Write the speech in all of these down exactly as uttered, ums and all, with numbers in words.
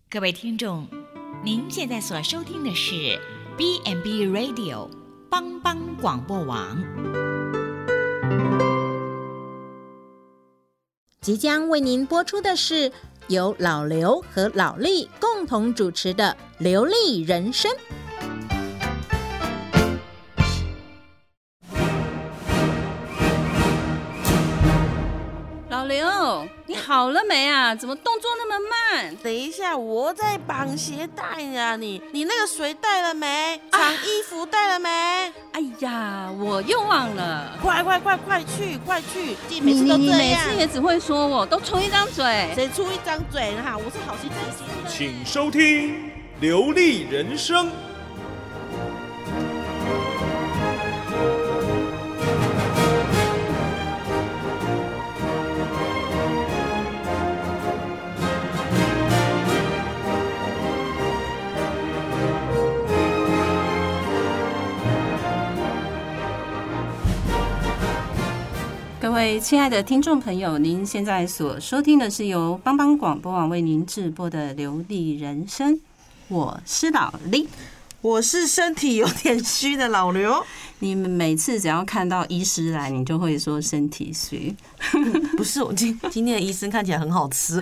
各位听众，您现在所收听的是 B and B Radio 帮帮广播网。 即将为您播出的是由老刘和老莉共同主持的《流利人生》。 老刘，你好了没啊？怎么动作那么慢？ 等一下，我在绑鞋带呀！你你那个水带了没？长衣服带了没？ 哎呀，我又忘了！ 快快快快去快去！ 你每次都这样， 你每次也只会说我，都出一张嘴。 谁出一张嘴哈？我是好心真心的。 请收听《流利人生》。 各位亲爱的听众朋友，您现在所收听的是由帮帮广播网为您直播的《流利人生》，我是老莉， 我是身体有点虚的老刘。 你们每次只要看到医师来，你就会说身体虚。 不是，我今今天的医生看起来很好吃，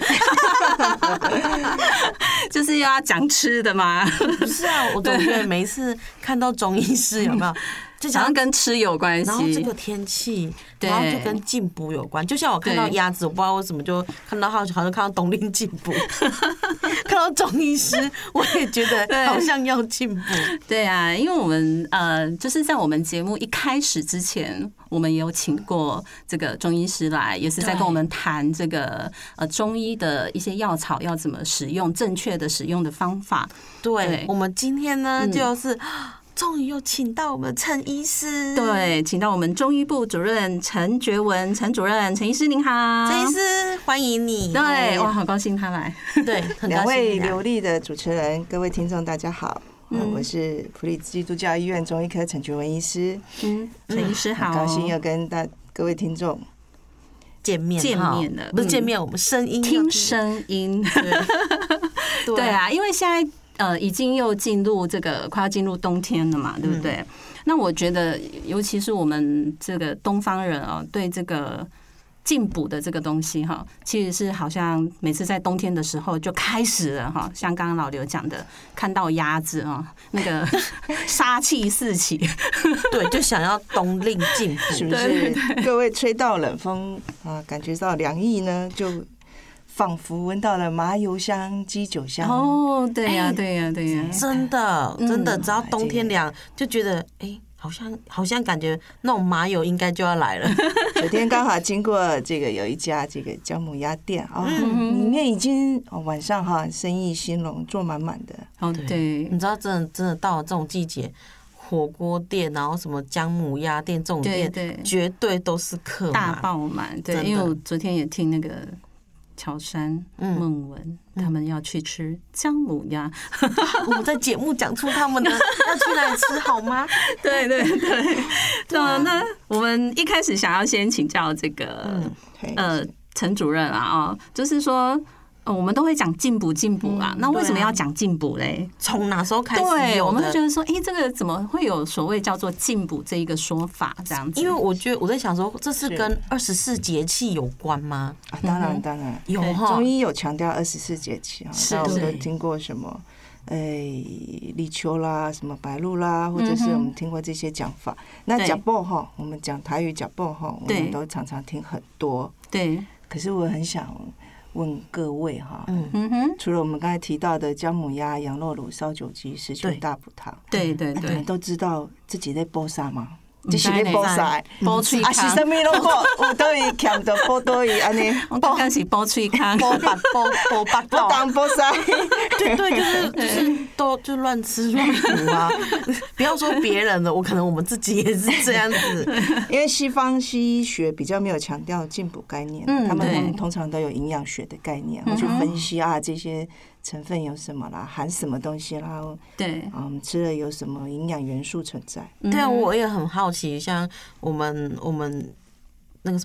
就是又要讲吃的吗？ 不是啊，我总觉得每一次看到中医师有没有？ 就好像跟吃有关系， 然后这个天气，然后就跟进补有关。就像我看到鸭子，我不知道为什么就看到好像看到冬令进补，看到中医师，我也觉得好像要进补。 对啊，因为我们呃，就是在我们节目一开始之前，我们也有请过这个中医师来，也是在跟我们谈这个呃中医的一些药草要怎么使用，正确的使用的方法。 对，我们今天呢就是。终于又请到我们陈医师， 对，请到我们中医部主任陈觉文陈主任，陈医师您好， 陈医师欢迎你， 对，哇，好高兴他来， 对， 两位流利的主持人，各位听众大家好，嗯、我是普利基督教医院中医科陈觉文医师， 嗯，陈医师好， 很高兴又跟大各位听众见面见面了， 不是见面，我们声音听声音，对，对啊，因为现在。呃，已经又进入这个快要进入冬天了嘛，对不对？嗯、那我觉得，尤其是我们这个东方人啊，对这个进补的这个东西哈，其实是好像每次在冬天的时候就开始了哈。像刚刚老刘讲的，看到鸭子啊，那个杀气四起， 对，就想要冬令进补， 是不是？各位吹到冷风啊，感觉到凉意呢，就。仿佛闻到了麻油香、鸡酒香哦，对呀、啊，对呀、啊，对呀、啊， 真的，真的，只要冬天凉，就觉得哎、欸，好像好像感觉那种麻油应该就要来了。 昨天刚好经过这个有一家这个姜母鸭店啊，里面已经晚上哈生意兴隆，坐满满的。 哦，对， 你知道，真的真的到了这种季节。火锅店，然后什么姜母鸭店这种店，对对，绝对都是客大爆满。对，因为我昨天也听那个。乔珊、孟文他们要去吃姜母鸭， 我们在节目讲出他们的要去哪里吃好吗？ 对对对，那那我们一开始想要先请教这个呃陈主任啊，哦，就是说。我们都会讲进补进补啊，那为什么要讲进补嘞？ 从哪时候开始？ 对，我们会觉得说，哎、欸，这个怎么会有所谓叫做进补这一个说法？这样子， 因为我觉得我在想说，这是跟二十四节气有关吗？ 啊，当然当然有， 中医有强调二十四节气啊， 是我都听过什么，哎、立秋啦，什么白露啦，或者是我们听过这些讲法。那脚步哈，我们讲台语脚步哈，我们都常常听很多。 对， 可是我很想。问各位哈，嗯哼，除了我们刚才提到的姜母鸭、羊肉卤、烧酒鸡、十全大补汤， 对对对， 你们都知道自己在煲啥吗？这是在煲啥？ 煲脆康， 啊是什么拢煲？有倒伊欠着煲倒伊安尼？ 我刚刚是煲脆康， 煲白煲煲白煲当煲啥？ 对对，就是就是都就乱吃乱补啊！不要说别人了，我可能我们自己也是这样子。 因为西方西医学比较没有强调进补概念，他们通常都有营养学的概念，会去分析啊这些。成分有什么啦，含什么东西啦？ 对， 嗯，吃了有什么营养元素存在？ 对啊，我也很好奇，像我们我们那个什么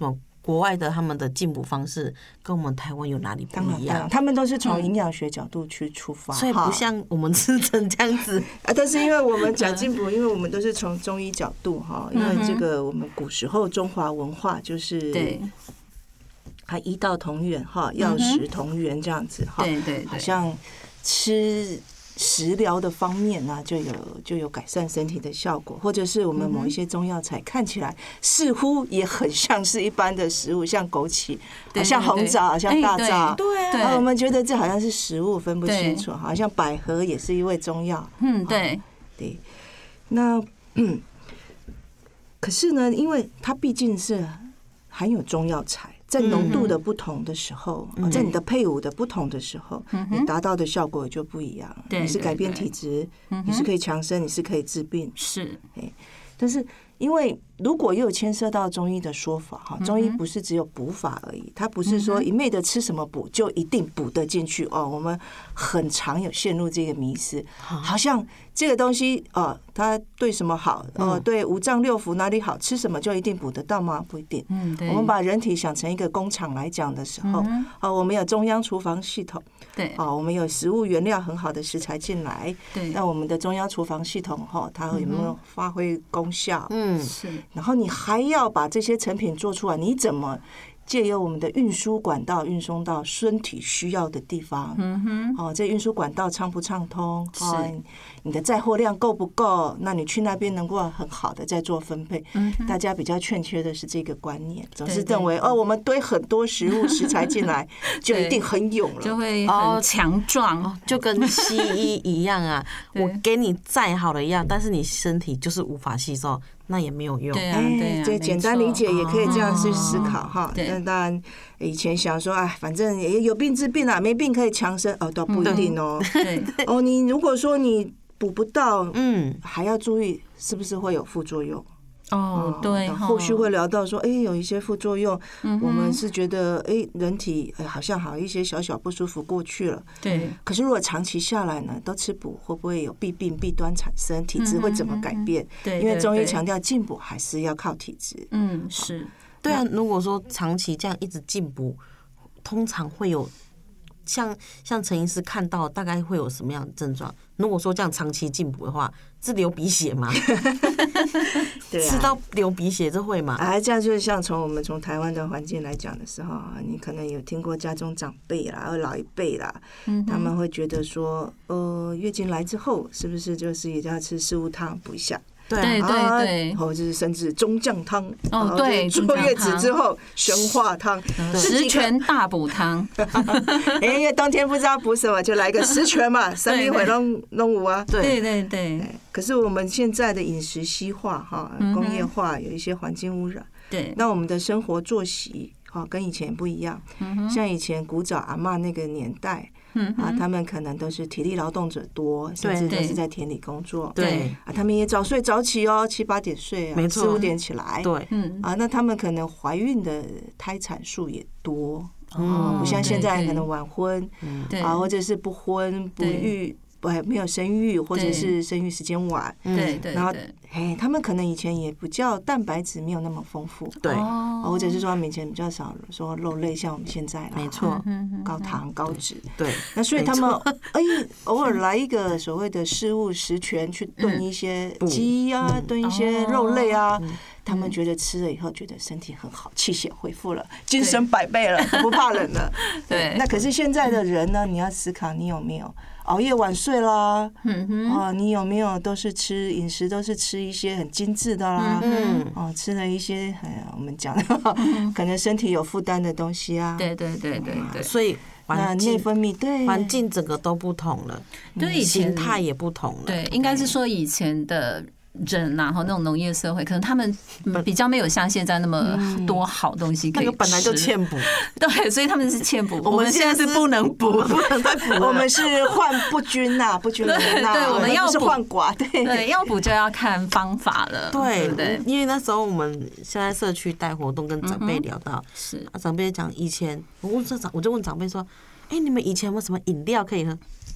国外的他们的进补方式跟我们台湾有哪里不一样？ 他们都是从营养学角度去出发， 所以不像我们吃成这样子啊。但是因为我们讲进补，因为我们都是从中医角度哈，因为这个我们古时候中华文化就是对。还医道同源哈，药食同源这样子哈， 对对， 好像吃食疗的方面呢、啊，就有就有改善身体的效果，或者是我们某一些中药材看起来似乎也很像是一般的食物，像枸杞，好像红枣，好像大枣， 对啊，我们觉得这好像是食物，分不清楚，好像百合也是一味中药， 嗯，对对，那嗯，可是呢，因为它毕竟是含有中药材。在浓度的不同的时候，嗯、在你的配伍的不同的时候，嗯、你达到的效果就不一样。你是改变体质，你是可以强身，你是可以治病。 是， 但是因为如果又牵涉到中医的说法哈，中医不是只有补法而已，它不是说一昧的吃什么补就一定补得进去哦。我们很常有陷入这个迷思，好像这个东西哦，它对什么好哦，对五脏六腑哪里好，吃什么就一定补得到吗？不一定。嗯，对。我们把人体想成一个工厂来讲的时候，哦，我们有中央厨房系统， 对， 哦，我们有食物原料很好的食材进来， 对， 那我们的中央厨房系统哈，它有没有发挥功效？嗯， 是。 然后你还要把这些成品做出来，你怎么借由我们的运输管道运送到身体需要的地方？嗯哼，哦，这运输管道畅不畅通？哦，你的载货量够不够？那你去那边能够很好的再做分配。嗯，大家比较欠缺的是这个观念，总是认为哦，我们堆很多食物食材进来就一定很勇了， 就会很强壮， 哦，就跟西医一样啊。我给你再好的药，但是你身体就是无法吸收。那也没有用， 对啊，对啊， 这简单理解也可以这样去思考哈。那当然，以前想说，哎，反正也有病治病啊，没病可以强身哦，倒不一定哦。 对， 哦，你如果说你补不到，嗯，还要注意是不是会有副作用。 哦，对， 后续会聊到说，哎，有一些副作用，我们是觉得，哎，人体好像好一些小小不舒服过去了， 对。 可是如果长期下来呢，都吃补，会不会有弊病弊端产生？体质会怎么改变？ 对， 因为中医强调进补还是要靠体质。 嗯，是对啊。如果说长期这样一直进补，通常会有像像陈医师看到大概会有什么样的症状？如果说这样长期进补的话，是流鼻血吗？ 对啊， 吃到流鼻血这会吗？ 啊，这样就是像从我们从台湾的环境来讲的时候啊，你可能有听过家中长辈啦，或老一辈啦，嗯、他们会觉得说，呃，月经来之后是不是就是也要吃四物汤补一下？ 对对对， 然后就是甚至中降汤， 哦对， 坐月子之后玄化汤、 十全大补汤。 哎，因为冬天不知道补什么，就来个十全嘛，三米会弄弄五啊。 对对对。 可是我们现在的饮食西化哈，工业化有一些环境污染， 对， 那我们的生活作息哈跟以前不一样。像以前古早阿嬷那个年代。啊，他们可能都是体力劳动者多，甚至都是在田里工作。 对啊，他们也早睡早起哦，七八点睡啊，四五点起来。 对， 嗯啊，那他们可能怀孕的胎产数也多，哦，不像现在可能晚婚，啊，或者是不婚不育。不没有生育，或者是生育时间晚， 对对， 然后哎，他们可能以前也不叫蛋白质没有那么丰富， 对， 或者是说他们以前比较少说肉类，像我们现在， 没错， 高糖高脂， 对， 那所以他们哎偶尔来一个所谓的食物十全去炖一些鸡啊，炖一些肉类啊。他们觉得吃了以后，觉得身体很好，气血恢复了，精神百倍了，不怕冷了。 对， 那可是现在的人呢？你要思考，你有没有熬夜晚睡啦？嗯哼，啊，你有没有都是吃饮食都是吃一些很精致的啦？嗯，哦，吃了一些哎，我们讲的可能身体有负担的东西啊。 对对对对对， 所以那内分泌对环境整个都不同了， 对， 形态也不同了。 对，应该是说以前的。人然后那种农业社会，可能他们比较没有像现在那么多好东西可以吃， 那个本来就欠补， 对，所以他们是欠补。 我们现在是不能补，不能再补。 我们是患不均呐，不均衡呐。 对，我们要是患寡，对对，要补就要看方法了。 对对， 因为那时候我们现在社区带活动，跟长辈聊到，是啊，长辈讲以前，我问这长，我就问长辈说，哎，你们以前有没有什么饮料可以喝？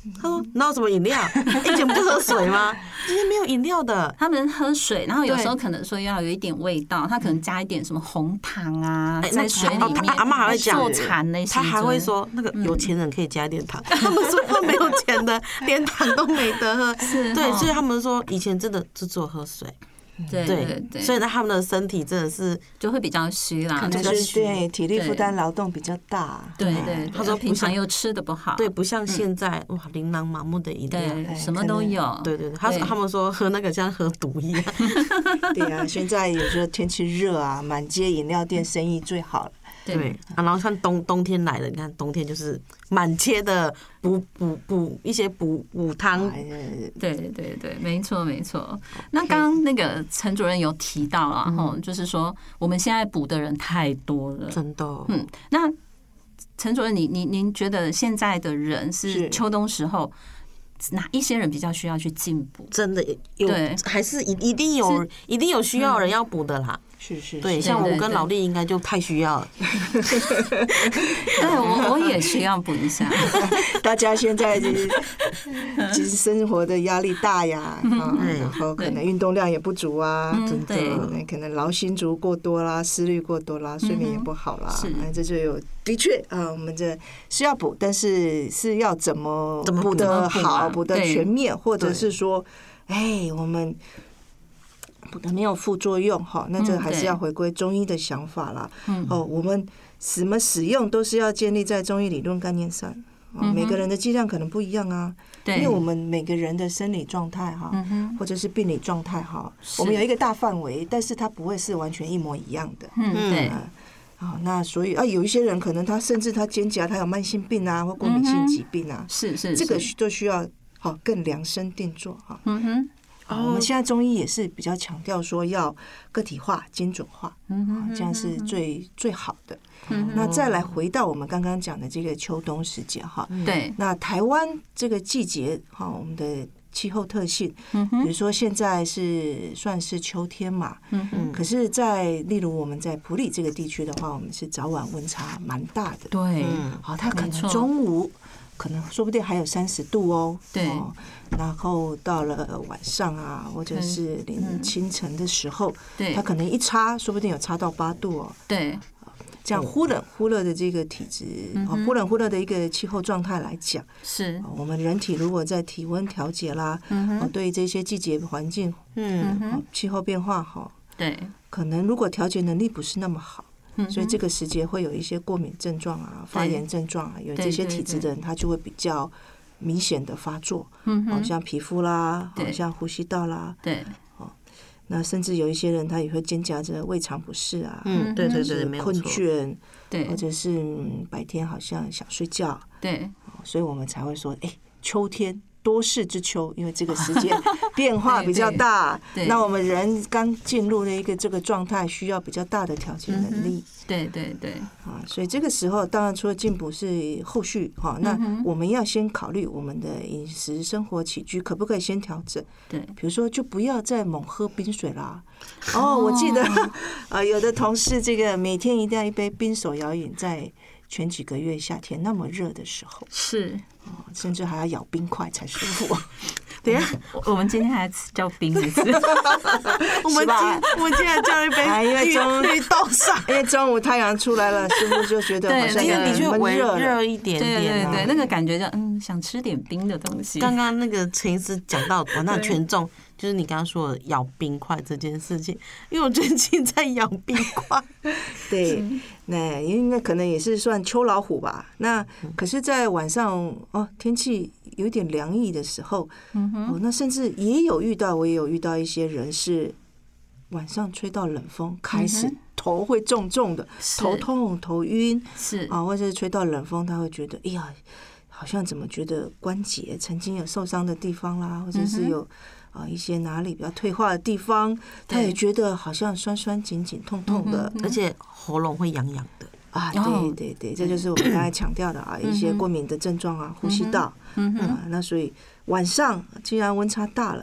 他说哪有什么饮料？以前不喝水吗？今天没有饮料的。 他们喝水，然后有时候可能说要有一点味道，他可能加一点什么红糖啊，在水里面。 阿嬷还会讲做茶那些， 他还会说那个有钱人可以加一点糖。他们说他没有钱的连糖都没得喝，对，所以他们说以前真的就只有喝水。 对对对， 所以呢，他们的身体真的是就会比较虚啦， 可能是对体力负担、劳动比较大。 对对，他说平常又吃的不好， 对，不像现在哇，琳琅满目的饮料， 什么都有。 对对对，他他们说喝那个像喝毒一样。 对啊，现在有时候天气热啊，满街饮料店生意最好了。 对啊，然后看冬冬天来了，你看冬天就是满街的补补补一些补补汤。 对对对，没错没错。那刚刚那个陈主任有提到啊，哈，就是说我们现在补的人太多了， 真的。 嗯，那陈主任，你您您觉得现在的人是秋冬时候哪一些人比较需要去进补？ 真的有，还是一一定有一定有需要人要补的啦。 是是， 对，像我跟老丽应该就太需要了。 对，我我也需要补一下。 大家现在就是其实生活的压力大呀，然后可能运动量也不足啊，真的，可能劳心足过多啦，思虑过多啦，睡眠也不好啦，这就有的确啊，我们这是要补，但是是要怎么补得好，补得全面，或者是说，哎，我们。补的没有副作用哈，那这还是要回归中医的想法啦。哦，我们怎么使用都是要建立在中医理论概念上。每个人的剂量可能不一样啊，因为我们每个人的生理状态哈，或者是病理状态哈，我们有一个大范围，但是它不会是完全一模一样的。 嗯，对。 啊，那所以啊，有一些人可能他甚至他肩胛他有慢性病啊，或过敏性疾病啊， 是是， 这个就需要好更量身定做哈。 嗯哼。 我们现在中医也是比较强调说要个体化、精准化，这样是最最好的。那再来回到我们刚刚讲的这个秋冬时节哈， 对， 那台湾这个季节哈，我们的气候特性，比如说现在是算是秋天嘛，可是，在例如我们在埔里这个地区的话，我们是早晚温差蛮大的， 对， 好，它可能中午。可能说不定还有三十度哦， 对， 然后到了晚上啊，或者是连清晨的时候， 对， 它可能一差，说不定有差到八度哦， 对， 这样忽冷忽热的这个体质，忽冷忽热的一个气候状态来讲， 是我们人体如果在体温调节啦，对这些季节环境，嗯，气候变化哈， 对， 可能如果调节能力不是那么好。所以这个时节会有一些过敏症状啊、发炎症状啊，有这些体质的人，他就会比较明显的发作，好像皮肤啦，好像呼吸道啦， 对， 哦，那甚至有一些人他也会兼夹着胃肠不适啊， 嗯，对对对，没有错， 困倦， 对， 或者是白天好像想睡觉， 对， 所以我们才会说，哎，秋天。多事之秋，因为这个时间变化比较大，那我们人刚进入了一个这个状态，需要比较大的调节能力。 对对对， 啊，所以这个时候当然除了进补是后续哈，那我们要先考虑我们的饮食生活起居可不可以先调整。 对， 比如说就不要再猛喝冰水啦。哦，我记得啊，有的同事这个每天一定要一杯冰手摇饮，在前几个月夏天那么热的时候是。 甚至还要咬冰块才舒服。 等一下，我们今天还叫冰的吃。 我们今我们今天叫一杯， 因为中绿豆沙， 因为中午太阳出来了，似乎就觉得好像的确微热热一点点。 对对对，那个感觉就嗯，想吃点冰的东西。 刚刚那个陈医师讲到，哇，那权重就是你刚刚说的咬冰块这件事情，因为我最近在咬冰块。 对，那因为可能也是算秋老虎吧。那可是，在晚上哦，天气有点凉意的时候，哦，那甚至也有遇到，我也有遇到一些人是晚上吹到冷风，开始头会重重的，头痛、头晕， 是啊，或者是吹到冷风，他会觉得，哎呀，好像怎么觉得关节曾经有受伤的地方啦，或者是有。啊，一些哪里比较退化的地方，他也觉得好像酸酸紧紧、痛痛的， 而且喉咙会痒痒的啊。对对对，这就是我们刚才强调的啊，一些过敏的症状啊，呼吸道啊。那所以晚上既然温差大了，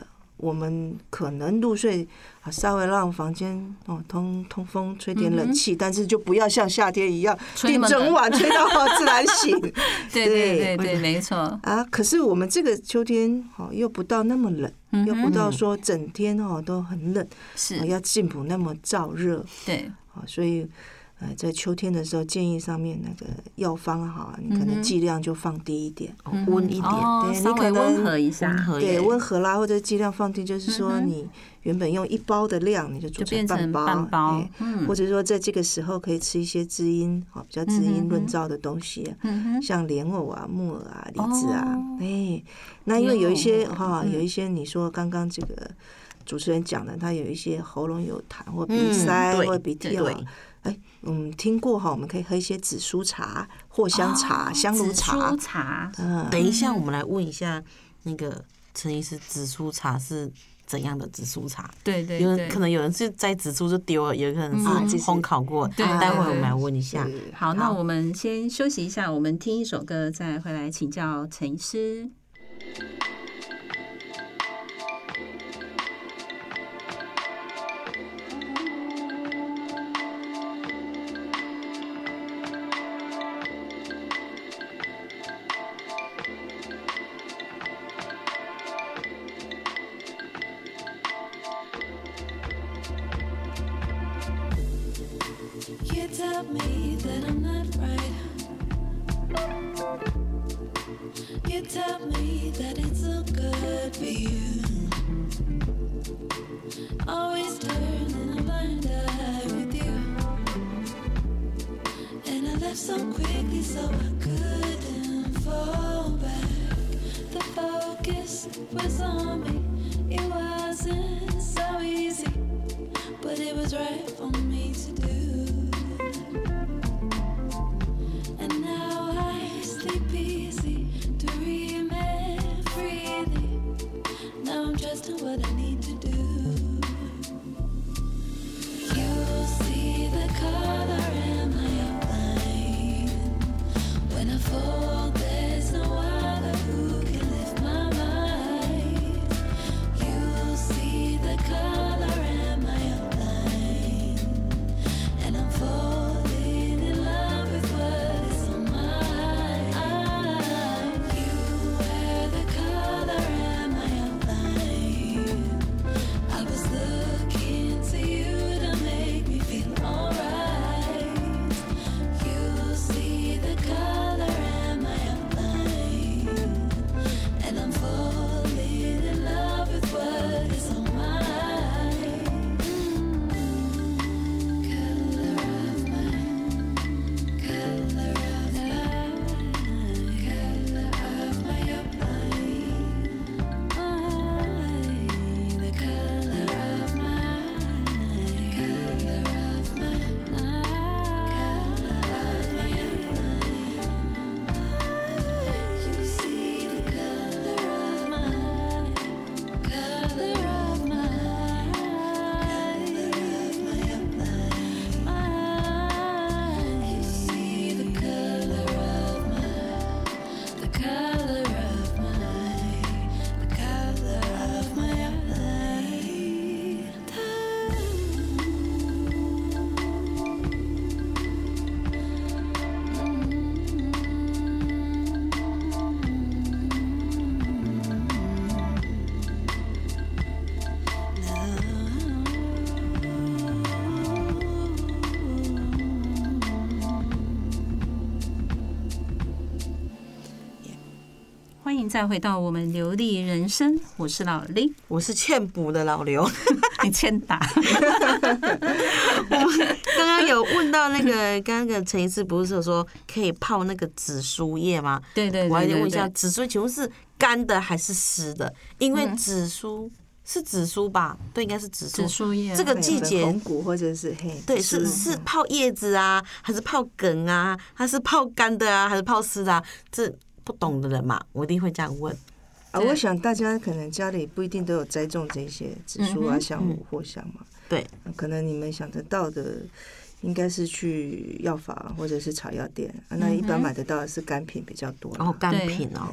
我们可能入睡啊，稍微让房间哦通通风，吹点冷气，嗯、但是就不要像夏天一样一整晚吹到自然醒。 对对对对，没错啊。可是我们这个秋天哦，又不到那么冷，嗯、又不到说整天哦都很冷， 是、 哦、要进补那么燥热。 对， 啊，所以。呃，在秋天的时候，建议上面那个药方哈，你可能剂量就放低一点，温、嗯、一点， 哦、 对，你可能温和一下， 对，温和啦，或者剂量放低，就是说你原本用一包的量，你就煮成半包， 半包， 嗯，或者说在这个时候可以吃一些滋阴，好，比较滋阴润燥的东西，嗯、像莲藕啊、木耳啊、李子啊，哎、哦，那因为有一些哈，有一些你说刚刚这个主持人讲的，他有一些喉咙有痰或鼻塞、嗯、或鼻涕啊。哎，嗯，听过哈，我们可以喝一些紫苏茶、藿香茶、哦、香炉茶。 紫苏茶， 嗯，等一下，我们来问一下那个陈医师，紫苏茶是怎样的紫苏茶？ 对对对， 有人可能有人是摘紫苏就丢了，有可能是烘烤过。对、嗯，待会我们来问一下。 好，那我们先休息一下，我们听一首歌，再回来请教陈医师。 Tell me that I'm not right. You tell me that it's so good for you. Always turning a blind eye with you. And I left so quickly so I couldn't fall back. The focus was on me. It wasn't so easy, but it was right for me to 欢迎再回到我们流利人生，我是老林， 我是欠补的老刘， 你欠打。 刚刚有问到那个，刚刚陈医师不是说可以泡那个紫苏叶吗？ 对对对， 我还得问一下，紫苏请问是干的还是湿的？因为紫苏。是紫苏吧？对，应该是紫苏。 紫苏叶这个季节， 红谷或者是黑。 对，是是泡叶子啊，还是泡梗啊？它是泡干的啊，还是泡湿的啊？这不懂的人嘛，我一定会这样问。 啊，我想大家可能家里不一定都有栽种这些紫苏啊、香炉、藿香嘛。 对， 可能你们想得到的，应该是去药房或者是草药店。那一般买得到的是干品比较多。 哦，干品哦。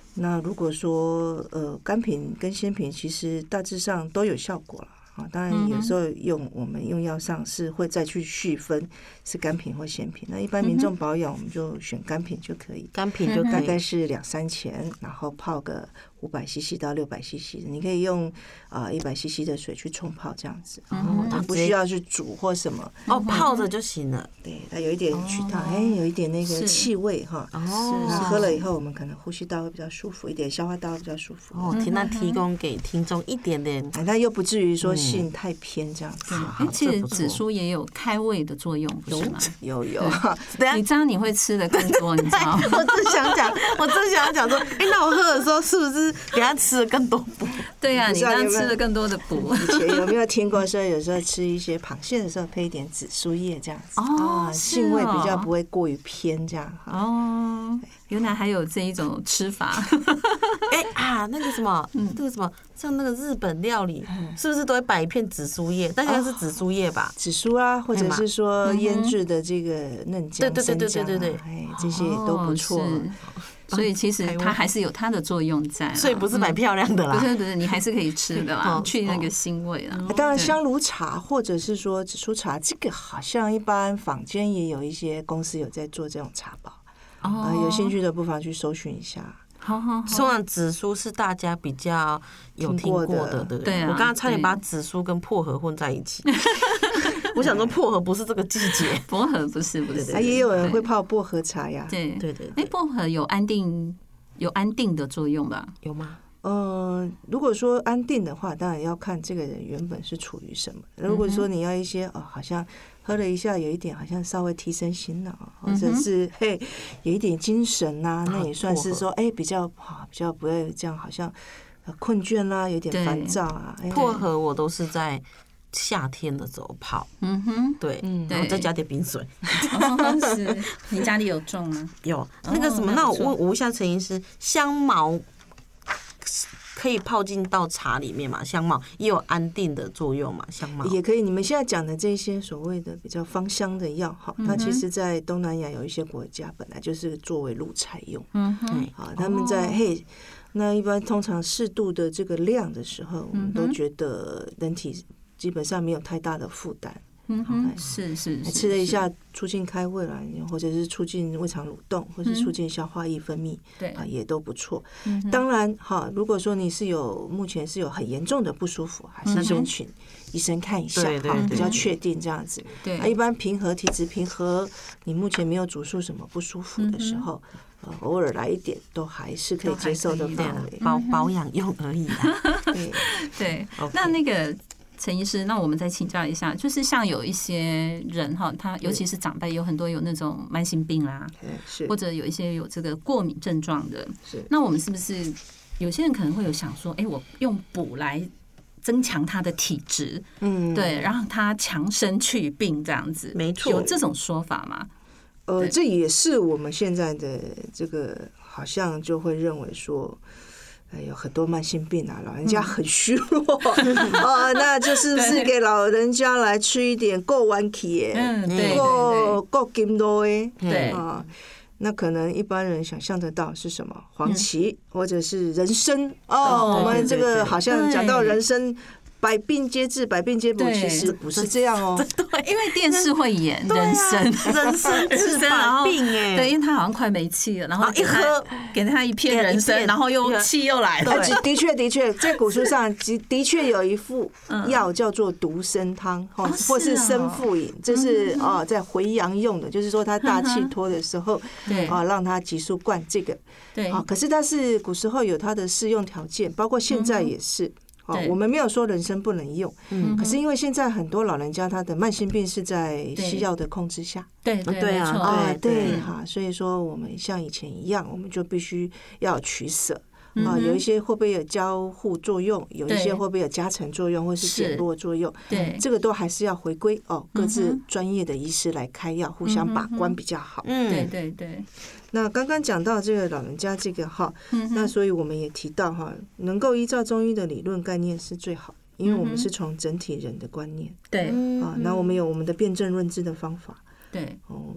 那如果说呃干品跟鲜品其实大致上都有效果了。当然，有时候用我们用药上是会再去细分是干品或鲜品。那一般民众保养，我们就选干品就可以， 干品就可以大概是两三钱，然后泡个五百 C C 到六百 C C 的，你可以用啊一百 C C 的水去冲泡这样子，然后它不需要去煮或什么， 哦，泡着就行了。 对，它有一点去烫，哎，有一点那个气味哈。哦，那喝了以后，我们可能呼吸道会比较舒服一点，消化道会比较舒服。 哦，那提供给听众一点点， 那又不至于说性太偏这样子。 哎，其实紫苏也有开胃的作用，不是吗？ 有有， 你这样你会吃的更多，你知道吗？ 我正想讲，我正想讲说，哎，那我喝的时候是不是给他吃了更多补？ 对呀，你这样吃了更多的补。 以前有没有听过说，有时候吃一些螃蟹的时候配一点紫苏叶这样子？哦，性味比较不会过于偏这样。 哦，原来还有这一种吃法。 哎啊，那个什么，那个什么，像那个日本料理，是不是都会摆一片紫苏叶？但应该是紫苏叶吧？ 紫苏啊，或者是说腌制的这个嫩姜、 对对对对对对对， 哎，这些都不错。 所以其实它还是有它的作用在， 所以不是买漂亮的啦， 不是不是，你还是可以吃的啦，去那个腥味啦。 当然，香炉茶或者是说紫苏茶，这个好像一般坊间也有一些公司有在做这种茶包，啊，有兴趣的不妨去搜寻一下。 好好， 说完紫苏是大家比较有听过的，对不对？我刚刚差点把紫苏跟薄荷混在一起。我想说薄荷不是这个季节， 薄荷不是不是， 啊，也有人会泡薄荷茶呀。 对对对， 哎，薄荷有安定有安定的作用吧？ 有吗？ 呃，如果说安定的话，当然要看这个人原本是处于什么。如果说你要一些哦，好像喝了一下有一点好像稍微提神醒脑，或者是嘿有一点精神呐，那也算是说哎比较好，比较不会这样好像困倦啦，有点烦躁啊。 薄荷我都是在夏天的时候泡，嗯哼，对，然后再加点冰水。 是，你家里有种吗？ 有那个什么，那我问我一下陈医师，香茅可以泡进到茶里面嘛？香茅也有安定的作用嘛？香茅也可以。你们现在讲的这些所谓的比较芳香的药哈，它其实在东南亚有一些国家本来就是作为入菜用，嗯哼，啊，他们在嘿。那一般通常适度的这个量的时候，我们都觉得人体基本上没有太大的负担。 嗯哼，是是， 吃了一下促进开胃啦，或者是促进胃肠蠕动，或是促进消化液分泌，对啊，也都不错。当然哈，如果说你是有目前是有很严重的不舒服，还是先请医生看一下哈，比较确定这样子。对，一般平和体质平和，你目前没有主诉什么不舒服的时候。呃，偶尔来一点都还是可以接受的范围， 保保养用而已啦。 对对，那那个陈医师，那我们再请教一下，就是像有一些人哈，他尤其是长辈，有很多有那种慢性病啦，或者有一些有这个过敏症状的，那我们是不是有些人可能会有想说，哎，我用补来增强他的体质，嗯，对，让他强身去病这样子， 没错， 有这种说法吗？ 呃，这也是我们现在的这个，好像就会认为说，哎，有很多慢性病啊，老人家很虚弱啊，那就是不是给老人家来吃一点够弯体耶， 嗯，对， 够够金多诶， 对啊，那可能一般人想象得到是什么黄芪或者是人参哦，我们这个好像讲到人参。百病皆治，百病皆补，其实不是这样哦。 对，因为电视会演人参， 人参治百病哎。 对，因为他好像快没气了，然后一喝给他一片人参，然后又气又来了。 的确，的确，在古书上的的确有一副药叫做独参汤，或是参附饮，这是哦在回阳用的，就是说他大气脱的时候，对啊，让他急速灌这个。对啊，可是它是古时候有它的适用条件，包括现在也是。我们没有说人参不能用，嗯，可是因为现在很多老人家他的慢性病是在西药的控制下， 对对啊， 啊对哈，所以说我们像以前一样，我们就必须要取舍啊，有一些会不会有交互作用，有一些会不会有加成作用或是减弱作用，对，这个都还是要回归哦，各自专业的医师来开药，互相把关比较好。 嗯，对对对。 那刚刚讲到这个老人家这个哈，那所以我们也提到哈，能够依照中医的理论概念是最好，因为我们是从整体人的观念， 对啊，那我们有我们的辩证论治的方法， 对哦，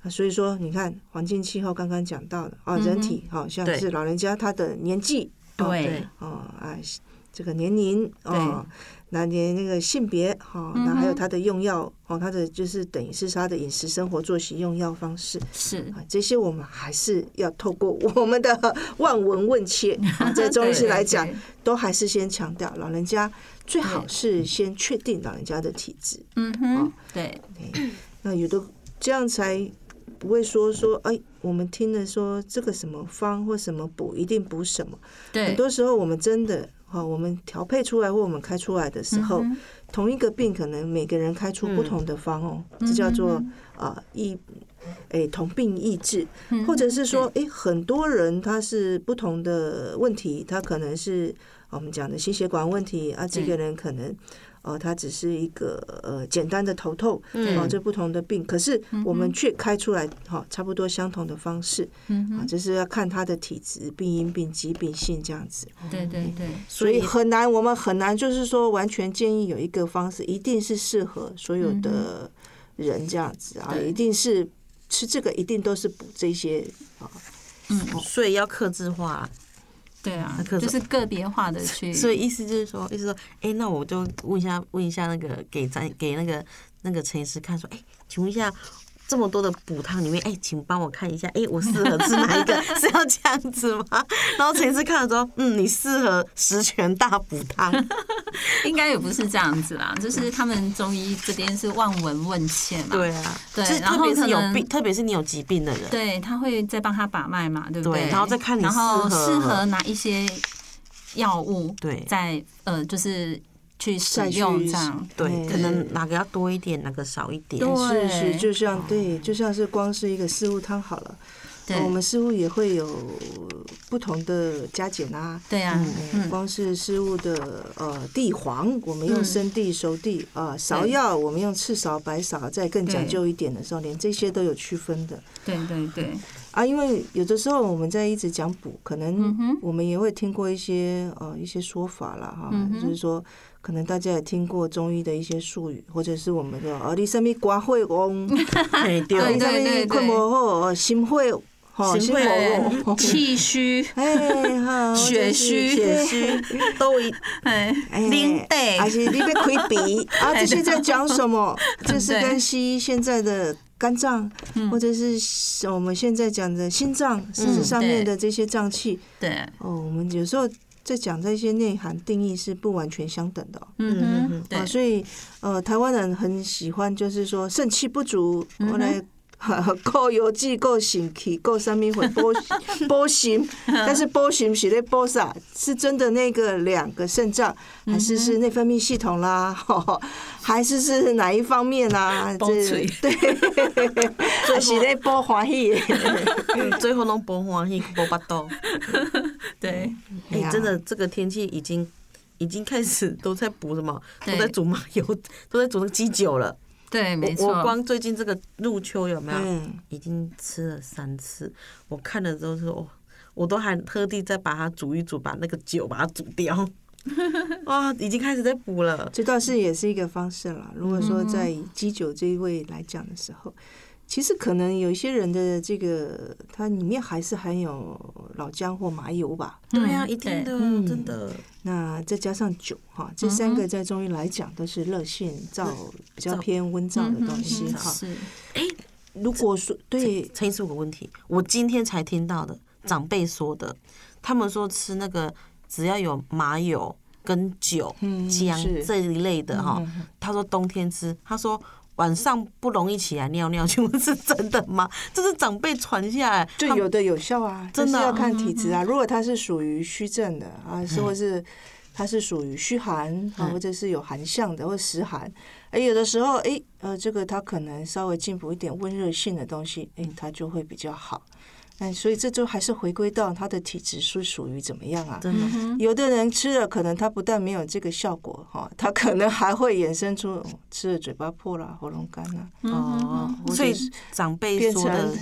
所以说你看环境气候刚刚讲到的啊，人体好像是老人家他的年纪， 对哦啊这个年龄哦。那连那个性别哈，那还有他的用药哦，他的就是等于是他的饮食、生活作息、用药方式是啊，这些我们还是要透过我们的望闻问切，在中医师来讲，都还是先强调老人家最好是先确定老人家的体质。 嗯哼，对， 那有的这样才不会说说哎，我们听了说这个什么方或什么补一定补什么， 对， 很多时候我们真的。哦，我们调配出来或我们开出来的时候，嗯、同一个病可能每个人开出不同的方哦，嗯、这叫做啊异诶同病异治，嗯、或者是说诶很多人他是不同的问题，他可能是我们讲的心血管问题啊，这个人可能。哦，它只是一个呃简单的头痛，哦，这不同的病，可是我们却开出来哈差不多相同的方式，啊，就是要看他的体质、病因、病疾病性这样子。 对对对， 所以很难，我们很难就是说完全建议有一个方式一定是适合所有的人这样子啊，一定是吃这个一定都是补这些啊， 嗯，所以要客制化。 对啊，就是个别化的去， 所以意思就是说，意思说，哎、欸，那我就问一下，问一下那个给咱给那个那个陈医师看，说，哎、欸，请问一下，这么多的补汤里面，哎、欸，请帮我看一下，哎、欸，我适合吃哪一个？是要这样子吗？然后陈医师看了说，嗯，你适合十全大补汤， 应该也不是这样子啦，就是他们中医这边是望闻问切嘛， 对啊， 对， 然后特别是有病，特别是你有疾病的人， 对，他会再帮他把脉嘛，对不对？ 对，然后再看你适合适合哪一些药物， 对， 在呃就是。去使用这样， 对，可能哪个要多一点，哪个少一点， 是是，就像对，就像是光是一个四物汤好了，我们四物也会有不同的加减啊， 对啊， 光是四物的呃地黄，我们用生地、熟地啊，芍药我们用赤芍、白芍，再更讲究一点的时候，连这些都有区分的， 对对对。 啊，因为有的时候我们在一直讲补，可能我们也会听过一些呃一些说法啦哈，就是说可能大家也听过中医的一些术语，或者是我们的啊，你什么肝火旺， 对对对， 困不好，心火。 心火、气虚、 哎， 血虚、 血虚都一哎，淋得， 而且你被亏鼻啊，这些在讲什么？这是跟西医现在的肝脏，或者是我们现在讲的心脏，事实上面的这些脏器， 对哦，我们有时候在讲这些内涵定义是不完全相等的。 嗯哼，对， 所以呃，台湾人很喜欢就是说肾气不足，后来。够油脂、够肾气、够什么会补补心，但是补心是在补啥？是真的那个两个肾脏，还是是内分泌系统啦？还是是哪一方面啦？ 补嘴对，还是在补欢喜， 最后拢补欢喜，补巴肚。 对， 哎、欸，真的，这个天气已经已经开始都在补什么？都在煮麻油，都在煮那个鸡酒了。 对，没错。 我光最近这个入秋有没有？嗯，已经吃了三次。我看了之后说，哦，我都还特地再把它煮一煮，把那个酒把它煮掉。哇，已经开始在补了。 这倒是也是一个方式啦。如果说在以鸡酒这一位来讲的时候，其实可能有一些人的这个，它里面还是含有老姜或麻油吧。 对啊，一定的，嗯、真的。 那再加上酒哈，这三个在中医来讲都是热性燥，比较偏温燥的东西哈。 是。 哎，如果说对， 陈医师有个问题，我今天才听到的，长辈说的，他们说吃那个只要有麻油跟酒、姜这一类的哈，他说冬天吃，他说。晚上不容易起来尿尿，请问是真的吗？这是长辈传下来， 就有的有效啊，真的要看体质啊。如果它是属于虚症的啊，是或是它是属于虚寒啊，或者是有寒象的或实寒，哎，有的时候哎呃，这个它可能稍微进补一点温热性的东西，哎，它就会比较好。哎，所以这就还是回归到他的体质是属于怎么样啊？ 真的， 有的人吃了，可能他不但没有这个效果哈，他可能还会衍生出吃了嘴巴破啦、喉咙干啦。 哦，所以长辈说的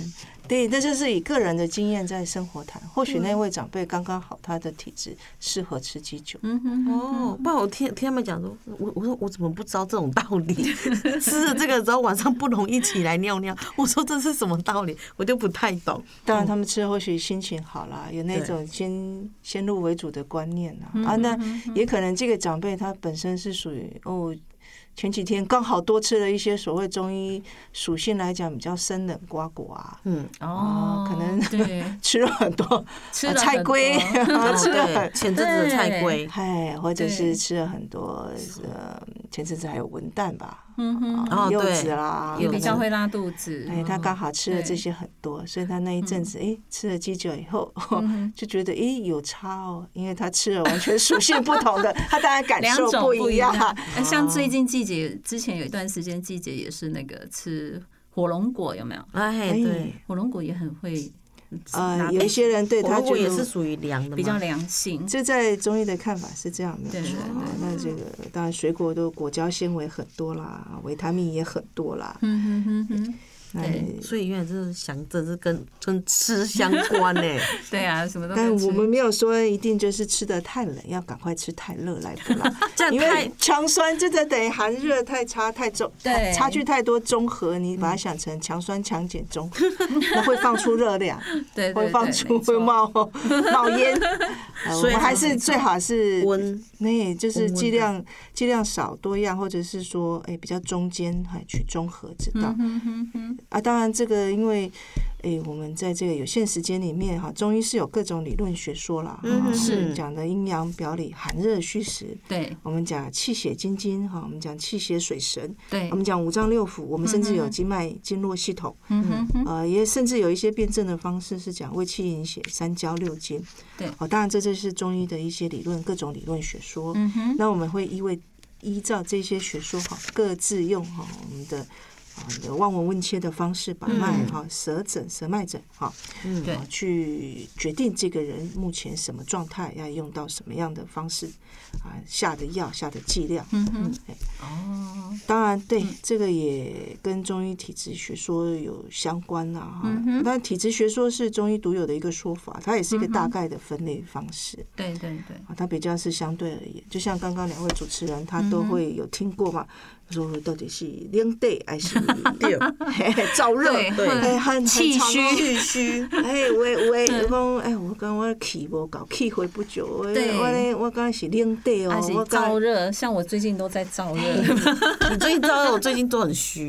对，那就是以个人的经验在生活谈。或许那位长辈刚刚好，他的体质适合吃鸡酒。 嗯哼， 哦，不然我听听他们讲说，我我说我怎么不知道这种道理？吃了这个之后晚上不容易起来尿尿，我说这是什么道理？我就不太懂。 当然，他们吃或许心情好啦，有那种先先入为主的观念啊。啊，那也可能这个长辈他本身是属于哦。前几天刚好多吃了一些所谓中医属性来讲比较生冷瓜果啊，嗯哦，可能对吃了很多菜龟，吃了很前阵子的菜龟， 哎，或者是吃了很多呃，前阵子还有文旦吧， 嗯哼，柚子啦， 也比较会拉肚子， 哎，他刚好吃了这些很多，所以他那一阵子哎吃了鸡酒以后就觉得哎有差哦，因为他吃了完全属性不同的，他当然感受不一样。 像最近季节之前有一段时间，季节也是那个吃火龙果，有没有？ 哎，对， 火龙果也很会。 呃，有一些人对他就也是属于凉的， 比较凉性。 这在中医的看法是这样的。 对对对。 那这个当然，水果的果胶纤维很多啦，维他命也很多啦。 嗯哼哼哼。 对，所以原来这是想，这是跟跟吃相关呢。 对啊，什么都。 但我们没有说一定就是吃的太冷，要赶快吃太热来不啦。因为强酸真的等于寒热太差太中，对，差距太多中和，你把它想成强酸强碱中和，那会放出热量， 对， 会放出会冒冒烟。所以还是最好是温， 那就是剂量剂量少多样，或者是说哎比较中间还去中和之道。啊，当然这个因为，哎，我们在这个有限时间里面哈，中医是有各种理论学说啦，嗯，是讲的阴阳表里、寒热虚实， 对， 我们讲气血津津哈，我们讲气血水神， 对， 我们讲五脏六腑，我们甚至有经脉经络系统， 嗯哼， 呃，也甚至有一些辩证的方式是讲胃气营血、三焦六经， 对， 哦，当然这就是中医的一些理论，各种理论学说， 嗯哼， 那我们会依为依照这些学说哈，各自用哈我们的。啊，望闻问切的方式把脉哈，舌诊、舌脉诊哈，嗯，对，去决定这个人目前什么状态，要用到什么样的方式啊，下的药、下的剂量， 嗯嗯，哦， 当然对，这个也跟中医体质学说有相关呐哈。但体质学说是中医独有的一个说法，它也是一个大概的分类方式。 对对对， 啊，它比较是相对而言，就像刚刚两位主持人他都会有听过嘛。说到底是冷地还是燥热？对，很气虚， 气虚。哎，我我讲，哎，我讲我气无够，气回不久。我咧，我讲是冷地哦， 我燥热。像我最近都在燥热。 你最近燥热，我最近都很虚。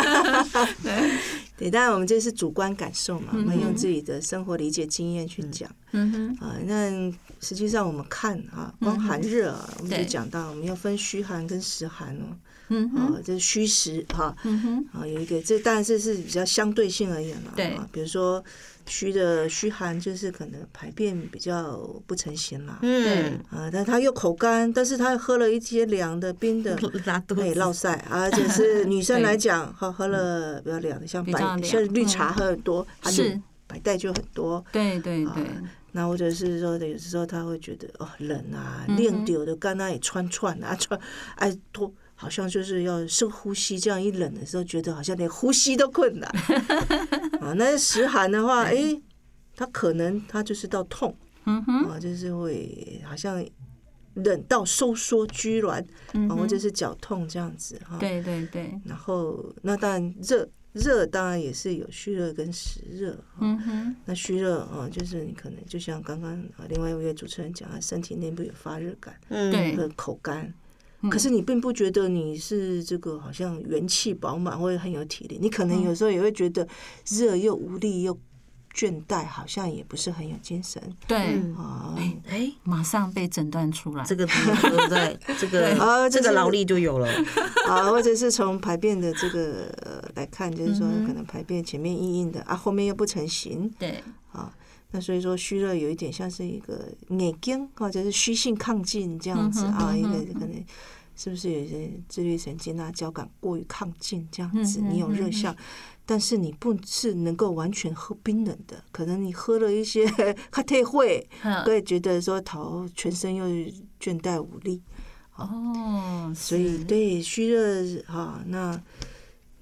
对，当然我们这是主观感受嘛，我们用自己的生活理解经验去讲。嗯哼。啊，那实际上我们看啊，光寒热啊，我们就讲到我们要分虚寒跟实寒哦。嗯哼，这是虚实哈，嗯哼，啊有一个，这当然是是比较相对性而言了，对，比如说虚的虚寒就是可能排便比较不成形啦，嗯，啊，但他又口干，但是他喝了一些凉的、冰的， 拉肚子、 落塞，而且是女生来讲，喝喝了比较凉的，像白像绿茶喝很多，是白带就很多， 对对对。 那或者是说，有时候他会觉得哦冷啊，练丢的干那也串串啊串，哎脱。好像就是要深呼吸，这样一冷的时候，觉得好像连呼吸都困难啊。那实寒的话，哎，它可能它就是到痛，啊，就是会好像冷到收缩拘挛，啊，或者是绞痛这样子哈。 对对对。 然后那当然热热当然也是有虚热跟实热。嗯哼。那虚热啊，就是你可能就像刚刚另外一位主持人讲，身体内部有发热感， 对， 和口干。可是你并不觉得你是这个好像元气饱满或者很有体力，你可能有时候也会觉得热又无力又倦怠，好像也不是很有精神。 对，啊，哎，马上被诊断出来， 这个对不对？这个啊，这个劳力就有了啊，或者是从排便的这个来看，就是说可能排便前面硬硬的啊，后面又不成形。 对， 啊。那所以说虚热有一点像是一个眼睛或者是虚性亢进这样子啊，一个可能是不是有些自律神经啊交感过于亢进这样子，你有热象，但是你不是能够完全喝冰冷的，可能你喝了一些咖啡会，会觉得说头全身又倦怠无力。哦，所以对虚热哈那。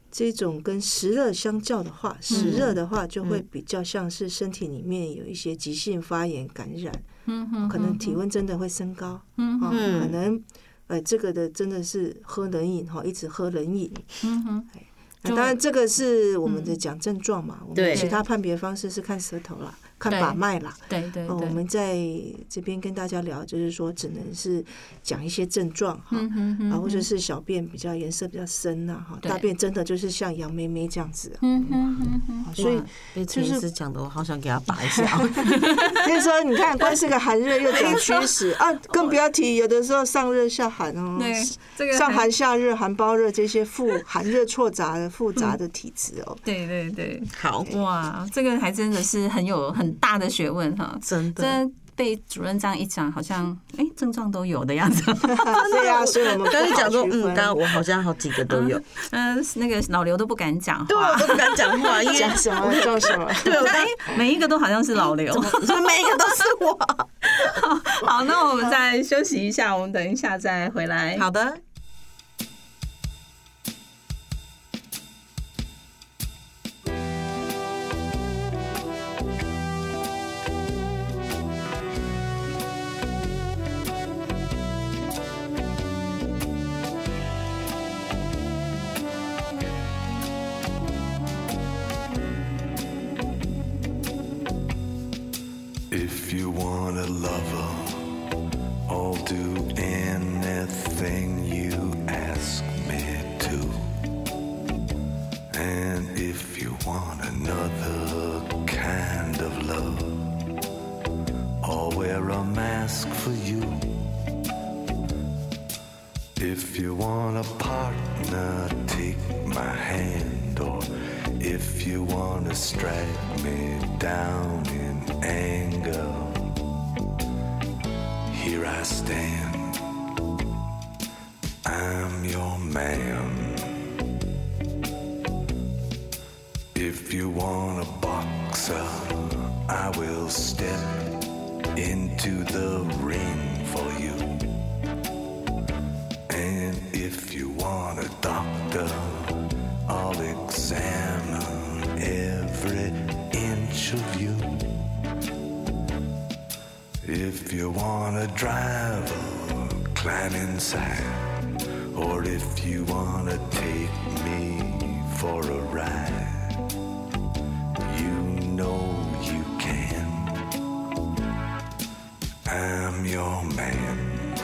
这种跟湿热相较的话，湿热的话就会比较像是身体里面有一些急性发炎感染，嗯，可能体温真的会升高，嗯，可能呃这个的真的是喝冷饮哈，一直喝冷饮，嗯哼。那当然，这个是我们的讲症状嘛。我们其他判别方式是看舌头啦，看把脉啦。 对对。 我们在这边跟大家聊，就是说，只能是讲一些症状哈，啊，或者是小便比较颜色比较深呐，哈，大便真的就是像杨妹妹这样子。嗯嗯嗯嗯。所以被陈医师讲的，我好想给他拔一下。 所以说，你看，光是个寒热又讲驱使啊，更不要提有的时候上热下寒哦。 对，这个上寒下热、寒包热这些复寒热错杂的。复杂的体质哦， 对对对， 好哇，这个还真的是很有很大的学问哈， 真的。 这被主任这样一讲，好像哎症状都有的样子。 对啊，所以我们刚才讲说，嗯，刚刚我好像好几个都有。 嗯，那个老刘都不敢讲话， 对，我都不敢讲话，因为讲什么叫什么？ 对，哎，每一个都好像是老刘， 每一个都是我。 好，那我们再休息一下，我们等一下再回来。 好的。 If you want a lover, I'll do anything you ask me to. And if you want another kind of love, I'll wear a mask for you. If you want a partner, take my hand. Or if you want to strike me down in anger, here I stand, I'm your man. If you want a boxer, I will step into the ring for you. And if you want a doctor, I'll examine every inch of you. If you want a driver, climb inside. Or if you want to take me for a ride, you know you can. I'm your man.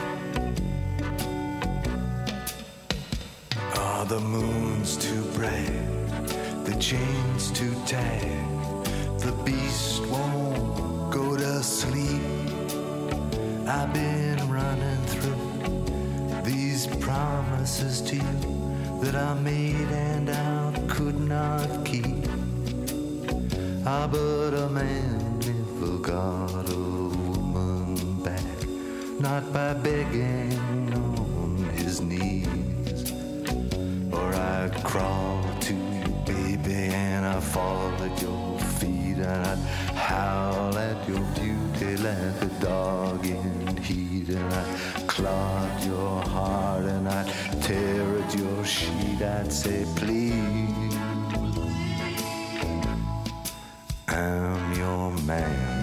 Are the moons too bright? The chains too tight? The beast won't go to sleep. I've been running through these promises to you that I made and I could not keep. Ah, but a man never got a woman back, not by begging on his knees. Or I'd crawl to you, baby, and I'd fall at your feet, and I'd howl at your beauty like a dog in heat, and I'd clog your heart, and I'd tear at your sheet. I'd say, please, I'm your man.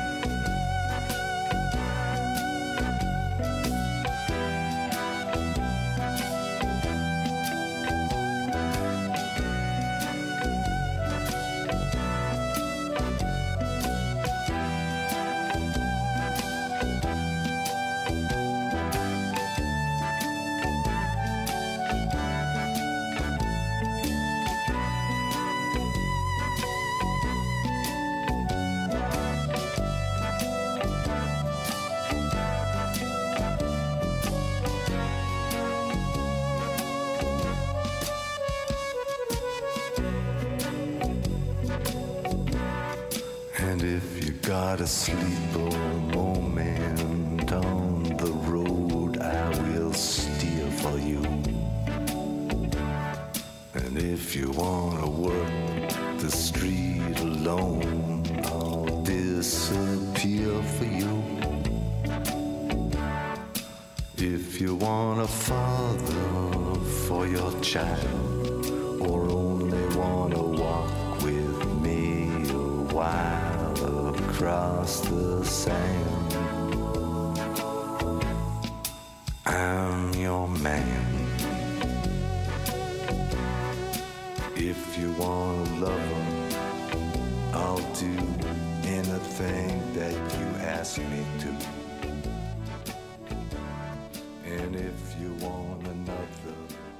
And if you got a sleeper moment on the road, I will steer for you. And if you wanna work the street alone, I'll disappear for you. If you want a father for your child, or only wanna walk with me a while across the sand. I'm your man. If you wanna love him, I'll do anything that you ask me to. And if you want another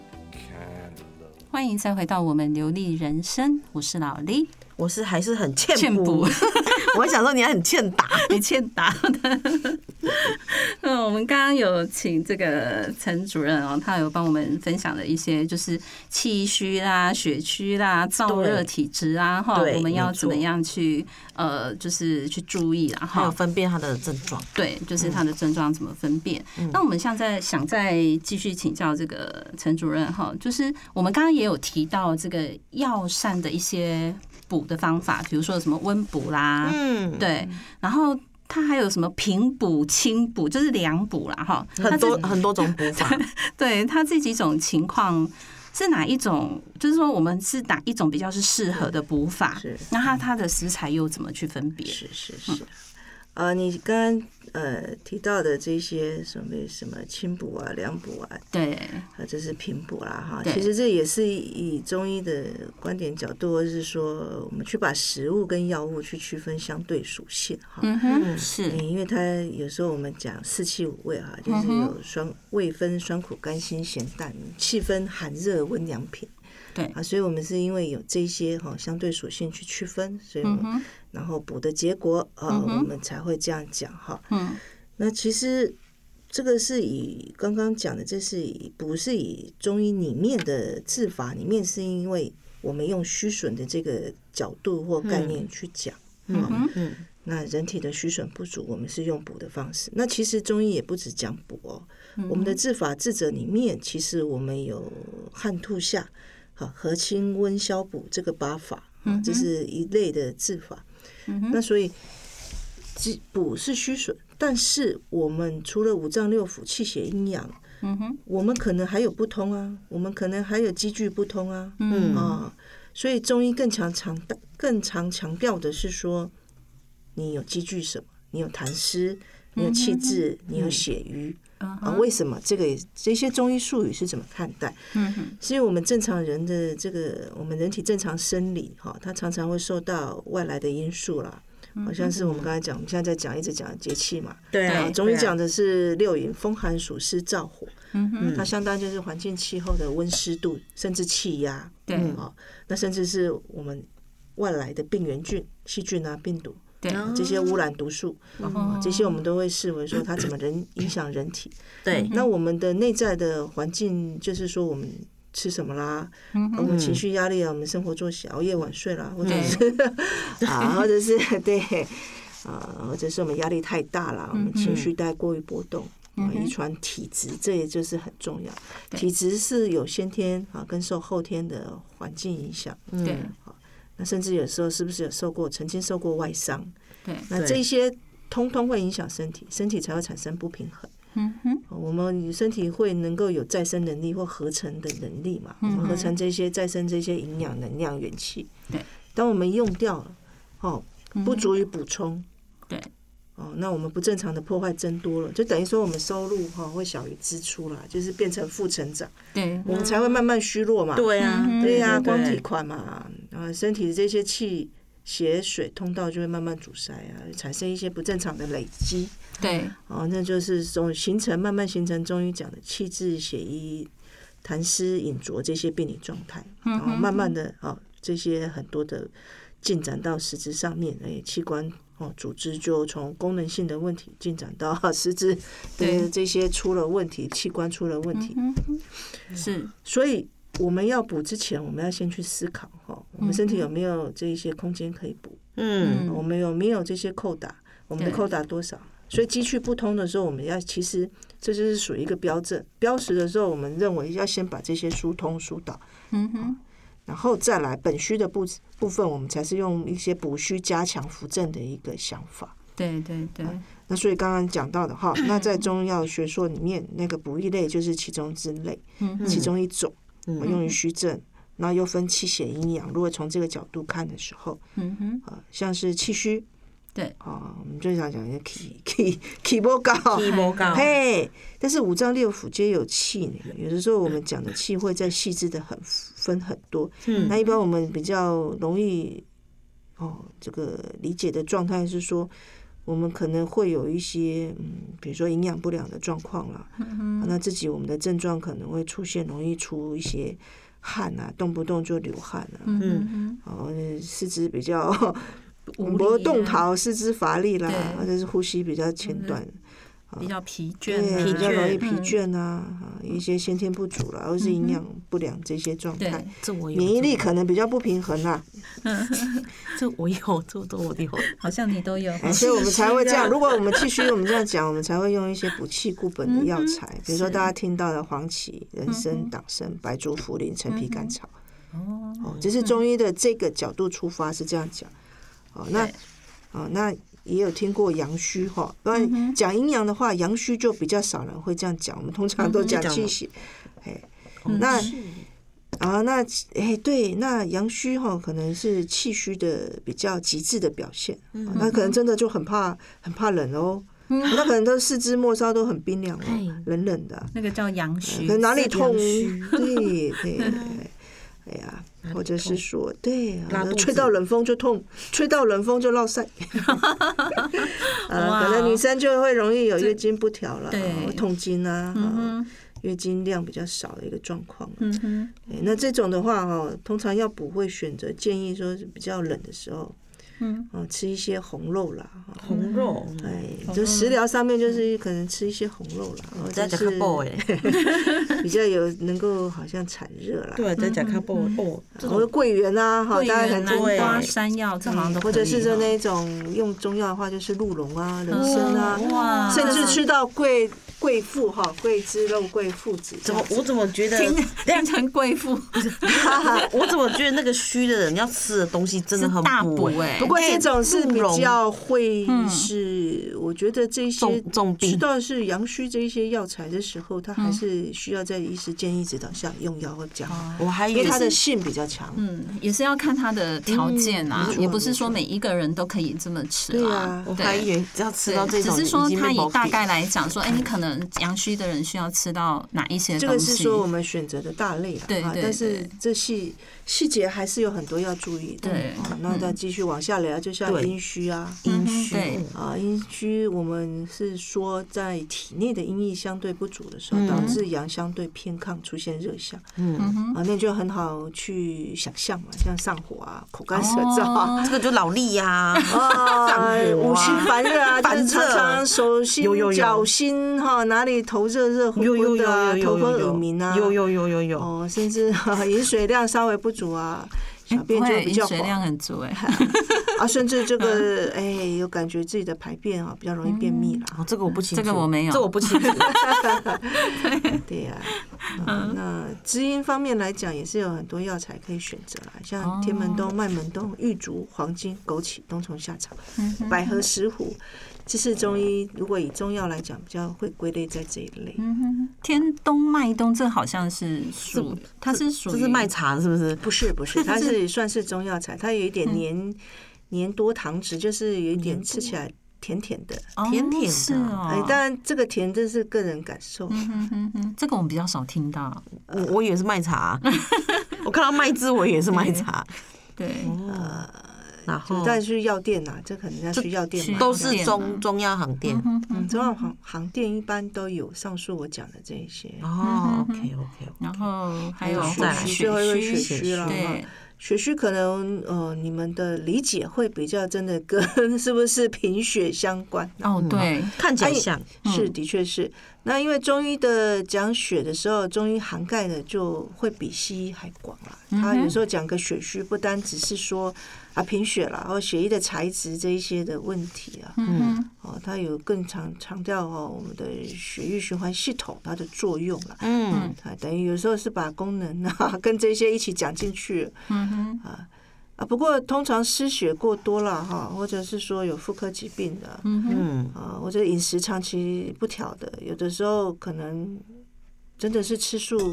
kind of love. 欢迎再回到我们流利人生，我是老李， 我是还是很欠欠补补，我还想说你还很欠打， 你欠打的。嗯，我们刚刚有请这个陈主任哦，他有帮我们分享了一些就是气虚啦、血虚啦、燥热体质啊，哈，我们要怎么样去呃，就是去注意啦，哈， 还有分辨它的症状。 对，就是它的症状怎么分辨。 嗯、 那我们现在想再继续请教这个陈主任哈，就是我们刚刚也有提到这个药膳的一些补的方法，比如说什么温补啦，嗯，对，然后它还有什么平补、清补，就是凉补啦，哈， 很多很多种补法。 对，它这几种情况是哪一种？就是说，我们是哪一种比较是适合的补法？ 是， 那它它的食材又怎么去分别？ 是是是。嗯呃，你刚刚呃提到的这些什么什么清补啊、凉补啊， 对， 啊这是平补啦哈。其实这也是以中医的观点角度，是说我们去把食物跟药物去区分相对属性哈。 嗯哼，是， 因为它有时候我们讲四气五味哈，就是有酸味分酸苦甘辛咸淡，气分寒热温凉平。 对啊，所以我们是因为有这些哈相对属性去区分，所以我们然后补的结果啊，我们才会这样讲哈。嗯，那其实这个是以刚刚讲的，这是以不是以中医里面的治法里面，是因为我们用虚损的这个角度或概念去讲。嗯嗯，那人体的虚损不足，我们是用补的方式。那其实中医也不只讲补哦，我们的治法治则里面，其实我们有汗吐下。好，和清温消补这个八法，这是一类的治法。嗯、那所以补是虚损，但是我们除了五脏六腑、气血阴阳，嗯、我们可能还有不通啊，我们可能还有积聚不通啊，嗯啊，所以中医更强强更常强调的是说，你有积聚什么？你有痰湿，你有气滞，你有血瘀。啊，为什么这个这些中医术语是怎么看待？嗯，是因为我们正常人的这个我们人体正常生理哈，它常常会受到外来的因素啦，好像是我们刚才讲，我们现在在讲一直讲节气嘛， 对啊， 中医讲的是六淫：风寒暑湿燥火，嗯，它相当就是环境气候的温湿度，甚至气压，对啊，那甚至是我们外来的病原菌、细菌啊、病毒。这些污染毒素，哦、这些我们都会视为说它怎么人影响人体。对，那我们的内在的环境，就是说我们吃什么啦，嗯、我们情绪压力啊，我们生活作息熬夜晚睡啦，或者是啊，或者是对啊，或者是我们压力太大啦，我们情绪太过于波动。啊，遗传体质，这也就是很重要。体质是有先天啊，跟受后天的环境影响。对。那甚至有时候是不是有受过曾经受过外伤？对，那这些通通会影响身体，身体才会产生不平衡。嗯哼，我们身体会能够有再生能力或合成的能力嘛？我们合成这些再生这些营养、能量、元气。对，当我们用掉了，哦，不足以补充。对。哦，那我们不正常的破坏增多了，就等于说我们收入哈会小于支出啦，就是变成负成长，对，我们才会慢慢虚弱嘛。对啊，对呀，光体款嘛，啊，身体的这些气血水通道就会慢慢阻塞啊，产生一些不正常的累积。对，哦，那就是从形成慢慢形成中医讲的气滞、血瘀、痰湿、隐浊这些病理状态，然后慢慢的啊，这些很多的进展到实质上面，哎，器官。哦，组织就从功能性的问题进展到实质的这些出了问题，器官出了问题。是，所以我们要补之前，我们要先去思考哈，我们身体有没有这一些空间可以补？嗯，我们有没有这些扣打？我们的扣打多少？所以机区不通的时候，我们要其实这就是属于一个标证。标识的时候，我们认为要先把这些疏通疏导。嗯哼。然后再来本虚的部部分，我们才是用一些补虚加强扶正的一个想法。对对对。那所以刚刚讲到的哈，那在中药学说里面，那个补益类就是其中之类，其中一种，用于虚正那又分气血营养。如果从这个角度看的时候， 嗯哼， 呃，像是气虚， 对啊，我们就想讲一个气气气不高， 气不高， 嘿，但是五脏六腑皆有气呢。有的时候我们讲的气会再细致的很分很多。嗯，那一般我们比较容易哦，这个理解的状态是说，我们可能会有一些嗯，比如说营养不良的状况啦。嗯、那自己我们的症状可能会出现，容易出一些汗啊，动不动就流汗啊。嗯，哦，四肢比较。无动逃，四肢乏力啦，或者是呼吸比较前短， 比较疲倦， 对，比较容易疲倦啊，一些先天不足啦，或是营养不良这些状态，免疫力可能比较不平衡啊。 这我有，这这我有， 好像你都有， 所以我们才会这样。如果我们气虚，我们这样讲，我们才会用一些补气固本的药材，比如说大家听到的黄芪、人参、党参、白术、茯苓、陈皮、甘草。哦，这是中医的这个角度出发，是这样讲。哦，那哦，那也有听过阳虚哈。不然讲阴阳的话，阳虚就比较少人会这样讲。我们通常都讲气血。哎，那啊，那哎，对，那阳虚哈，可能是气虚的比较极致的表现。那可能真的就很怕，很怕冷哦。那可能都四肢末梢都很冰凉哦，冷冷的。 那个叫阳虚， 可能哪里痛？对对。哎呀，或者是说，对啊，吹到冷风就痛，吹到冷风就落晒。呃，可能女生就会容易有月经不调了，会痛经啊，月经量比较少的一个状况。嗯哼，那这种的话哈，通常要补会选择建议说是比较冷的时候。嗯，吃一些红肉啦， 红肉， 哎，就食疗上面就是可能吃一些红肉啦，或者是比较有能够好像产热啦， 对，在讲卡布哦， 或者桂圆啊，哈，大家可能听到山药，这好像都或者是说那种用中药的话，就是鹿茸啊、人参啊，甚至吃到桂桂附哈，桂枝、肉桂、附子， 怎么我怎么觉得变成贵妇？ 我怎么觉得那个虚的人要吃的东西真的很补哎。 不过这种是比较会是，我觉得这些知道是阳虚这一些药材的时候，他还是需要在医师建议指导下用药会比较好。 我还以为它的性比较强， 嗯，也是要看他的条件啊，也不是说每一个人都可以这么吃。 对啊， 我还以为只要吃到这种， 只是说他以大概来讲说，哎，你可能阳虚的人需要吃到哪一些东西？ 这个是说我们选择的大类啦， 对对， 但是这细细节还是有很多要注意的。 对， 那再继续往下聊，就像阴虚啊， 阴虚啊，阴虚，我们是说在体内的阴液相对不足的时候，导致阳相对偏亢，出现热象。嗯啊，那就很好去想象嘛，像上火啊、口干舌燥啊， 这个就劳力呀， 啊，五心烦热啊，就是常常手心、脚心哈，哪里头热热乎乎的啊，头昏耳鸣啊， 有有有有有哦，甚至饮水量稍微不足啊。小便就比较水量很足哎， 啊，甚至这个哎，有感觉自己的排便啊比较容易便秘啦。 哦，这个我不清楚， 这个我没有， 这我不清楚。 对呀，那滋阴方面来讲，也是有很多药材可以选择啦，像天门冬、麦门冬、玉竹、黄金、枸杞、冬虫夏草、百合、石斛。这是中医，如果以中药来讲，比较会归类在这一类。 嗯、天冬、麦冬，这好像是属，它是属于这是麦茶是不是？ 不是不是，它是算是中药材，它有一点黏黏多糖质，就是有一点吃起来甜甜的， 甜甜的。 哎，当然这个甜这是个人感受。 嗯哼哼，这个我们比较少听到。 我我以为是麦茶，我看到麦汁，我以为是麦茶。 对。 呃然后再去药店呐，这可能要去药店买， 都是中中药行店， 嗯，中药行行店一般都有上述我讲的这一些。 哦 ，OK OK， 然后还有血虚，会血虚了， 对， 血虚可能呃，你们的理解会比较真的跟是不是贫血相关？ 哦，对， 看起来像是，的确是。那因为中医的讲血的时候，中医涵盖的就会比西医还广了。他有时候讲个血虚，不单只是说啊贫血啦，或血液的材质这一些的问题啊，嗯，哦，他有更强强调哦我们的血液循环系统它的作用了，嗯，啊，等于有时候是把功能啊跟这些一起讲进去，嗯哼，啊。啊，不过通常失血过多了哈，或者是说有妇科疾病的，嗯啊，或者饮食长期不调的，有的时候可能真的是吃素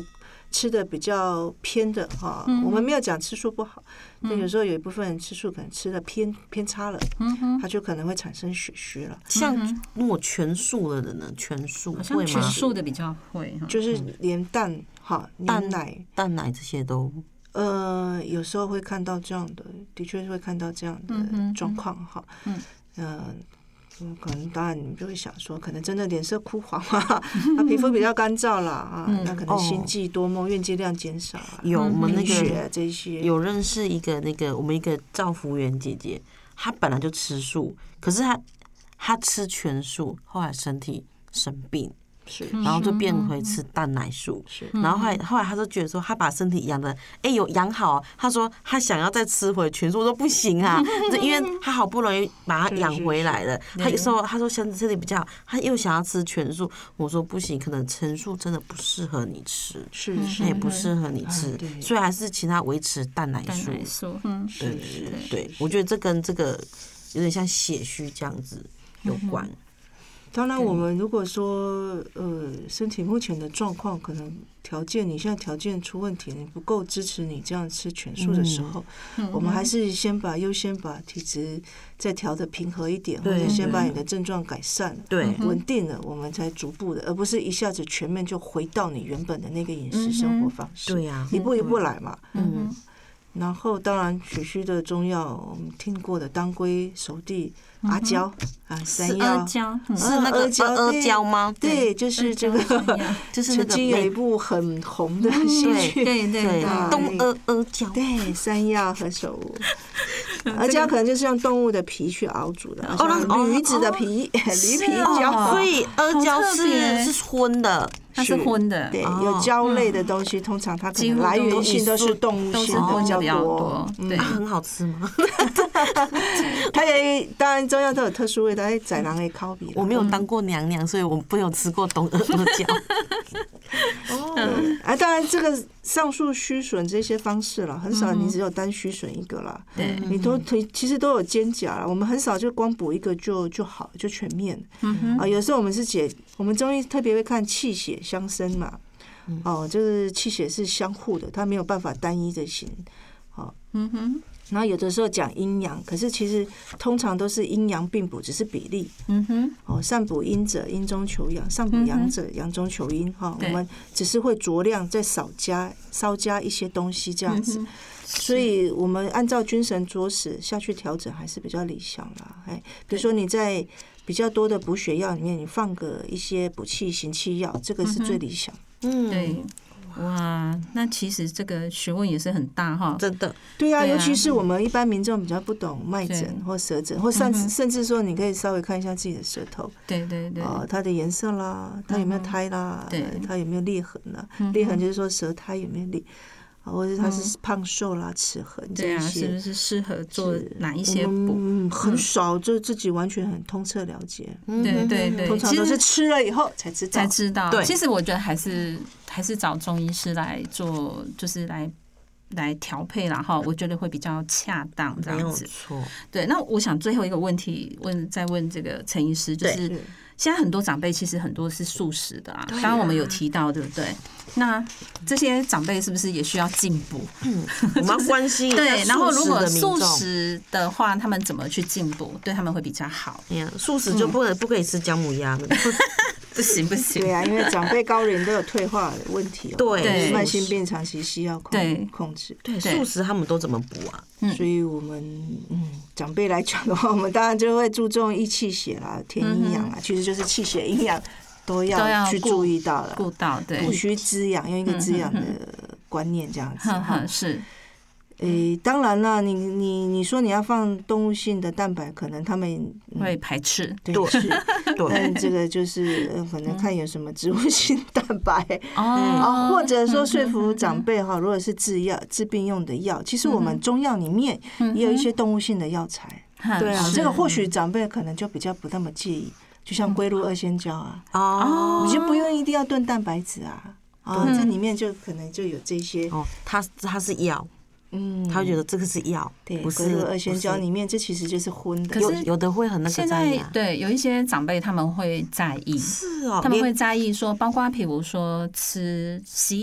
吃的比较偏的哈，我们没有讲吃素不好，但有时候有一部分人吃素可能吃的偏偏差了，他就可能会产生血虚了。 像如果全素的人呢，全素好像会吗？ 全素的比较会， 就是连蛋哈、 蛋牛奶、 蛋奶这些都呃，有时候会看到这样的，的确会看到这样的状况哈。嗯，呃嗯，可能当然你们就会想说，可能真的脸色枯黄啊，他皮肤比较干燥啦啊，那可能心悸多梦、怨气量减少啊， 有我们那血个这些。 有认识一个那个我们一个赵福元姐姐，她本来就吃素，可是她她吃全素，后来身体生病。 是， 然后就变回吃蛋奶素，然后后来后来他就觉得说，他把身体养的哎有养好，他说他想要再吃回全素，我说不行啊，因为他好不容易把它养回来了，他有时候他说身身体比较好，他又想要吃全素，我说不行，可能全素真的不适合你吃， 是是也不适合你吃，所以还是请他维持蛋奶素， 素，嗯， 对对对，我觉得这跟这个有点像血虚这样子有关。 当然，我们如果说呃身体目前的状况，可能条件你现在条件出问题，你不够支持你这样吃全素的时候，我们还是先把优先把体质再调的平和一点，或者先把你的症状改善，对，稳定了，我们才逐步的，而不是一下子全面就回到你原本的那个饮食生活方式，对呀，一步一步来嘛，嗯。然后，当然血虚的中药，我们听过的当归、熟地、阿胶啊，山药， 阿胶是那个阿胶吗？ 对，就是这个， 就是那个。 曾经有一部很红的戏剧， 对对对， 东阿阿胶， 对，山药和熟物。阿胶可能就是用动物的皮去熬煮的，像驴子的皮、驴皮胶， 所以阿胶是是荤的。 它是荤的， 对，有胶类的东西，通常它可能来源性都是动物性的比较多， 对， 很好吃吗？ 它也当然中药都有特殊味道，宰狼的烤比。 我没有当过娘娘，所以我没有吃过东阿胶。 哦，啊，当然这个上述虚损这些方式了，很少你只有单虚损一个啦，对，你都其实都有兼夹啦。我们很少就光补一个就就好就全面。啊，有时候我们是解，我们中医特别会看气血相生嘛，哦，就是气血是相互的，它没有办法单一的行。好，嗯哼。然后有的时候讲阴阳，可是其实通常都是阴阳并补，只是比例。嗯哼，哦，上补阴者阴中求阳，上补阳者阳中求阴。哈，我们只是会酌量再少加稍加一些东西这样子，所以我们按照君神佐使下去调整还是比较理想啦。哎，比如说你在比较多的补血药里面，你放个一些补气行气药，这个是最理想。 嗯，对。哇，那其实这个学问也是很大哈， 真的。 对啊，尤其是我们一般民众比较不懂脉诊或舌诊，或甚至甚至说，你可以稍微看一下自己的舌头， 对对对， 啊，它的颜色啦，它有没有苔啦，它有没有裂痕啦？裂痕就是说舌苔有没有裂，或者它是胖瘦啦、齿痕这些， 是不是适合做哪一些补？ 嗯，很少就自己完全很通彻了解。 对对对， 通常都是吃了以后才知道， 才知道。对，其实我觉得还是还是找中医师来做，就是来来调配啦哈，我觉得会比较恰当这样子。 错， 对。那我想最后一个问题问，再问这个陈医师，就是现在很多长辈其实很多是素食的啊，刚刚我们有提到，对不对？那这些长辈是不是也需要进补？ 嗯，我们要关心一下对，然后如果素食的话，他们怎么去进补，对他们会比较好？ 哎呀，素食就不能不可以吃姜母鸭了。 不行不行， 对啊，因为长辈高龄都有退化的问题， 对， 慢性病长期需要控控制。 对，素食他们都怎么补啊？ 所以我们嗯，长辈来讲的话，我们当然就会注重益气血啦、填阴阳啊，其实就是气血阴阳都要去注意到了， 顾到对， 补虚滋养，用一个滋养的观念这样子哈， 是。 诶，当然了，你你你说你要放动物性的蛋白，可能他们会排斥， 对，是，但这个就是可能看有什么植物性蛋白哦，或者说说服长辈哈，如果是治药治病用的药，其实我们中药里面也有一些动物性的药材，对啊，这个或许长辈可能就比较不那么介意，就像龟鹿二仙胶啊，哦，你就不用一定要炖蛋白质啊，啊，这里面就可能就有这些哦，它它是药。嗯，他觉得这个是药， 对，不是二仙胶里面，这其实就是荤的。 可是有的会很那个在意， 对，有一些长辈他们会在意， 是哦， 他们会在意说，包括譬如说吃西药，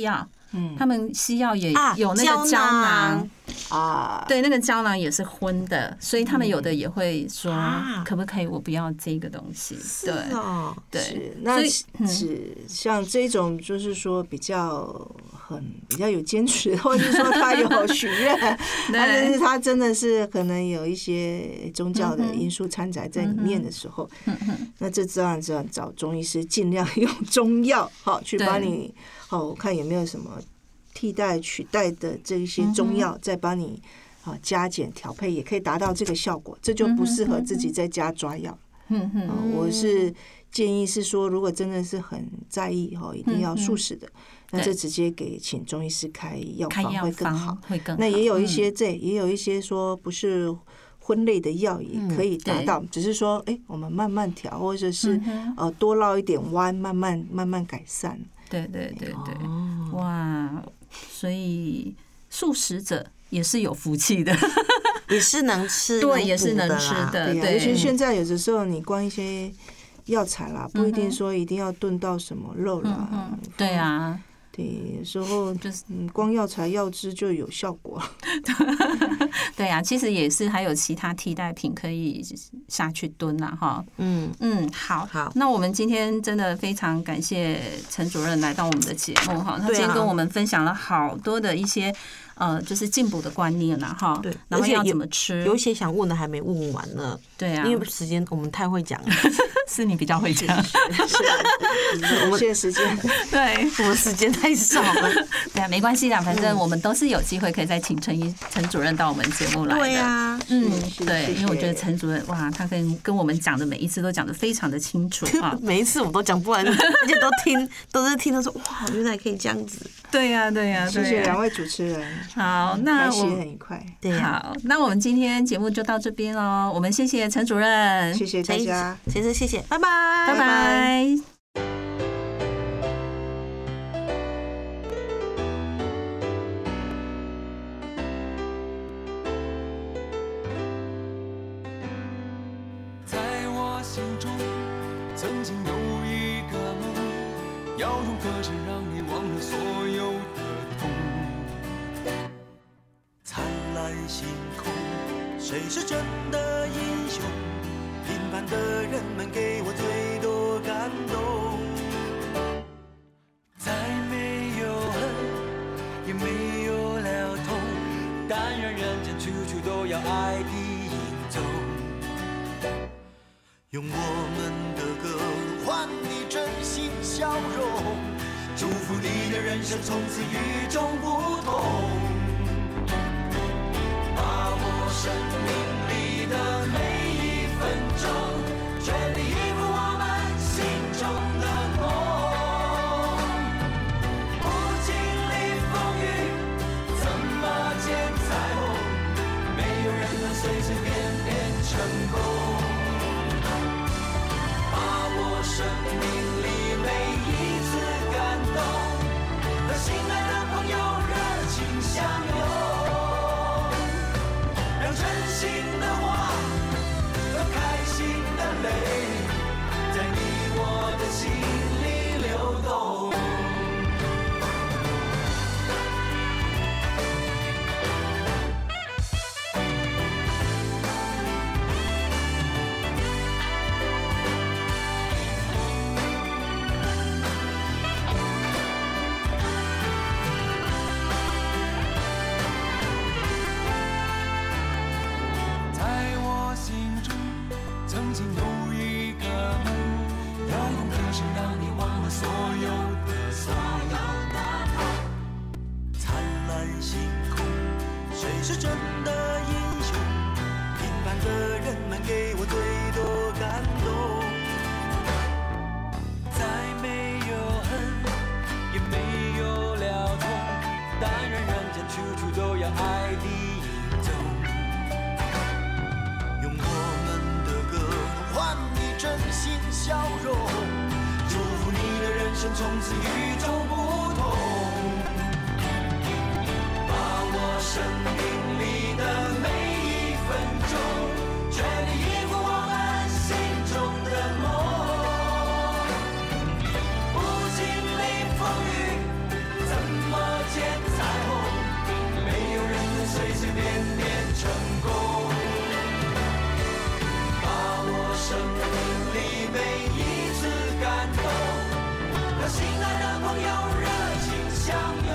嗯，他们西药也啊有那个胶囊啊， 对，那个胶囊也是荤的，所以他们有的也会说， 啊可不可以我不要这个东西？对是哦， 对是，那所以是像这种就是说比较很比较有坚持，或者是说他有许愿，但是他真的是可能有一些宗教的因素掺杂在里面的时候，那这当然只要找中医师，尽量用中药好去帮你好，我看有没有什么替代取代的这一些中药，再帮你啊加减调配，也可以达到这个效果。这就不适合自己在家抓药。嗯嗯，我是建议是说，如果真的是很在意哈，一定要素食的，那就直接给请中医师开药方会更好。 会更好。 那也有一些这也有一些说不是荤类的药也可以达到，只是说哎，我们慢慢调，或者是呃多绕一点弯，慢慢慢慢改善。 对对对对，哇！所以素食者也是有福气的， 也是能吃， 对，也是能吃的。 对，尤其现在有的时候，你光一些药材啦，不一定说一定要炖到什么肉啦。 对啊。 对，有时候就是光药材药汁就有效果。 对啊，其实也是还有其他替代品可以下去炖啦，哈。嗯嗯，好，好。那我们今天真的非常感谢陈主任来到我们的节目哈，他今天跟我们分享了好多的一些呃，就是进补的观念啦，哈。对，然后要怎么吃， 有一些想问的还没问完呢。 对啊， 因为时间我们太会讲了， 是你比较会讲， 是我们现在时间， 对， 我们时间太少了。 对啊，没关系啦，反正我们都是有机会可以再请陈医陈主任到我们节目来的。 对啊， 嗯，对，因为我觉得陈主任哇，他跟跟我们讲的每一次都讲得非常的清楚啊， 每一次我都讲不完，而且都听都是听他说哇，原来可以这样子。 对呀，对呀， 谢谢两位主持人。 好，那我们很愉快。 对，好，那我们今天节目就到这边喽。我们谢谢陈主任， 谢谢大家， 谢谢谢谢，拜拜， 拜拜。 在我心中，曾经有一个梦，要用歌声让你忘了所有的痛。 灿烂星空，谁是真的英雄？平凡的人们给我最多感动。再没有恨，也没有了痛，但愿人间处处都有爱的影踪。用我们的歌换你真心笑容，祝福你的人生从此与众不同。把握生命里的每一分钟，全力以赴我们心中的梦。不经历风雨，怎么见彩虹？没有人能随随便便成功。把握生命里每一次感动，和心爱的朋友热情相拥，让真心的话和开心的泪，在你我的心里流动。曾经有一个梦，要用歌声让你忘了所有的所有的痛。灿烂星空，谁是真的英雄？平凡的人们给我最多感动。再没有恨，也没有了痛，但愿人间处处都有爱的影踪。用我们的歌换你真心笑容，祝福你的人生从此与众不同。把握生命里的每一分钟，全力以赴我们心中的梦。不经历风雨，怎么要热情相拥。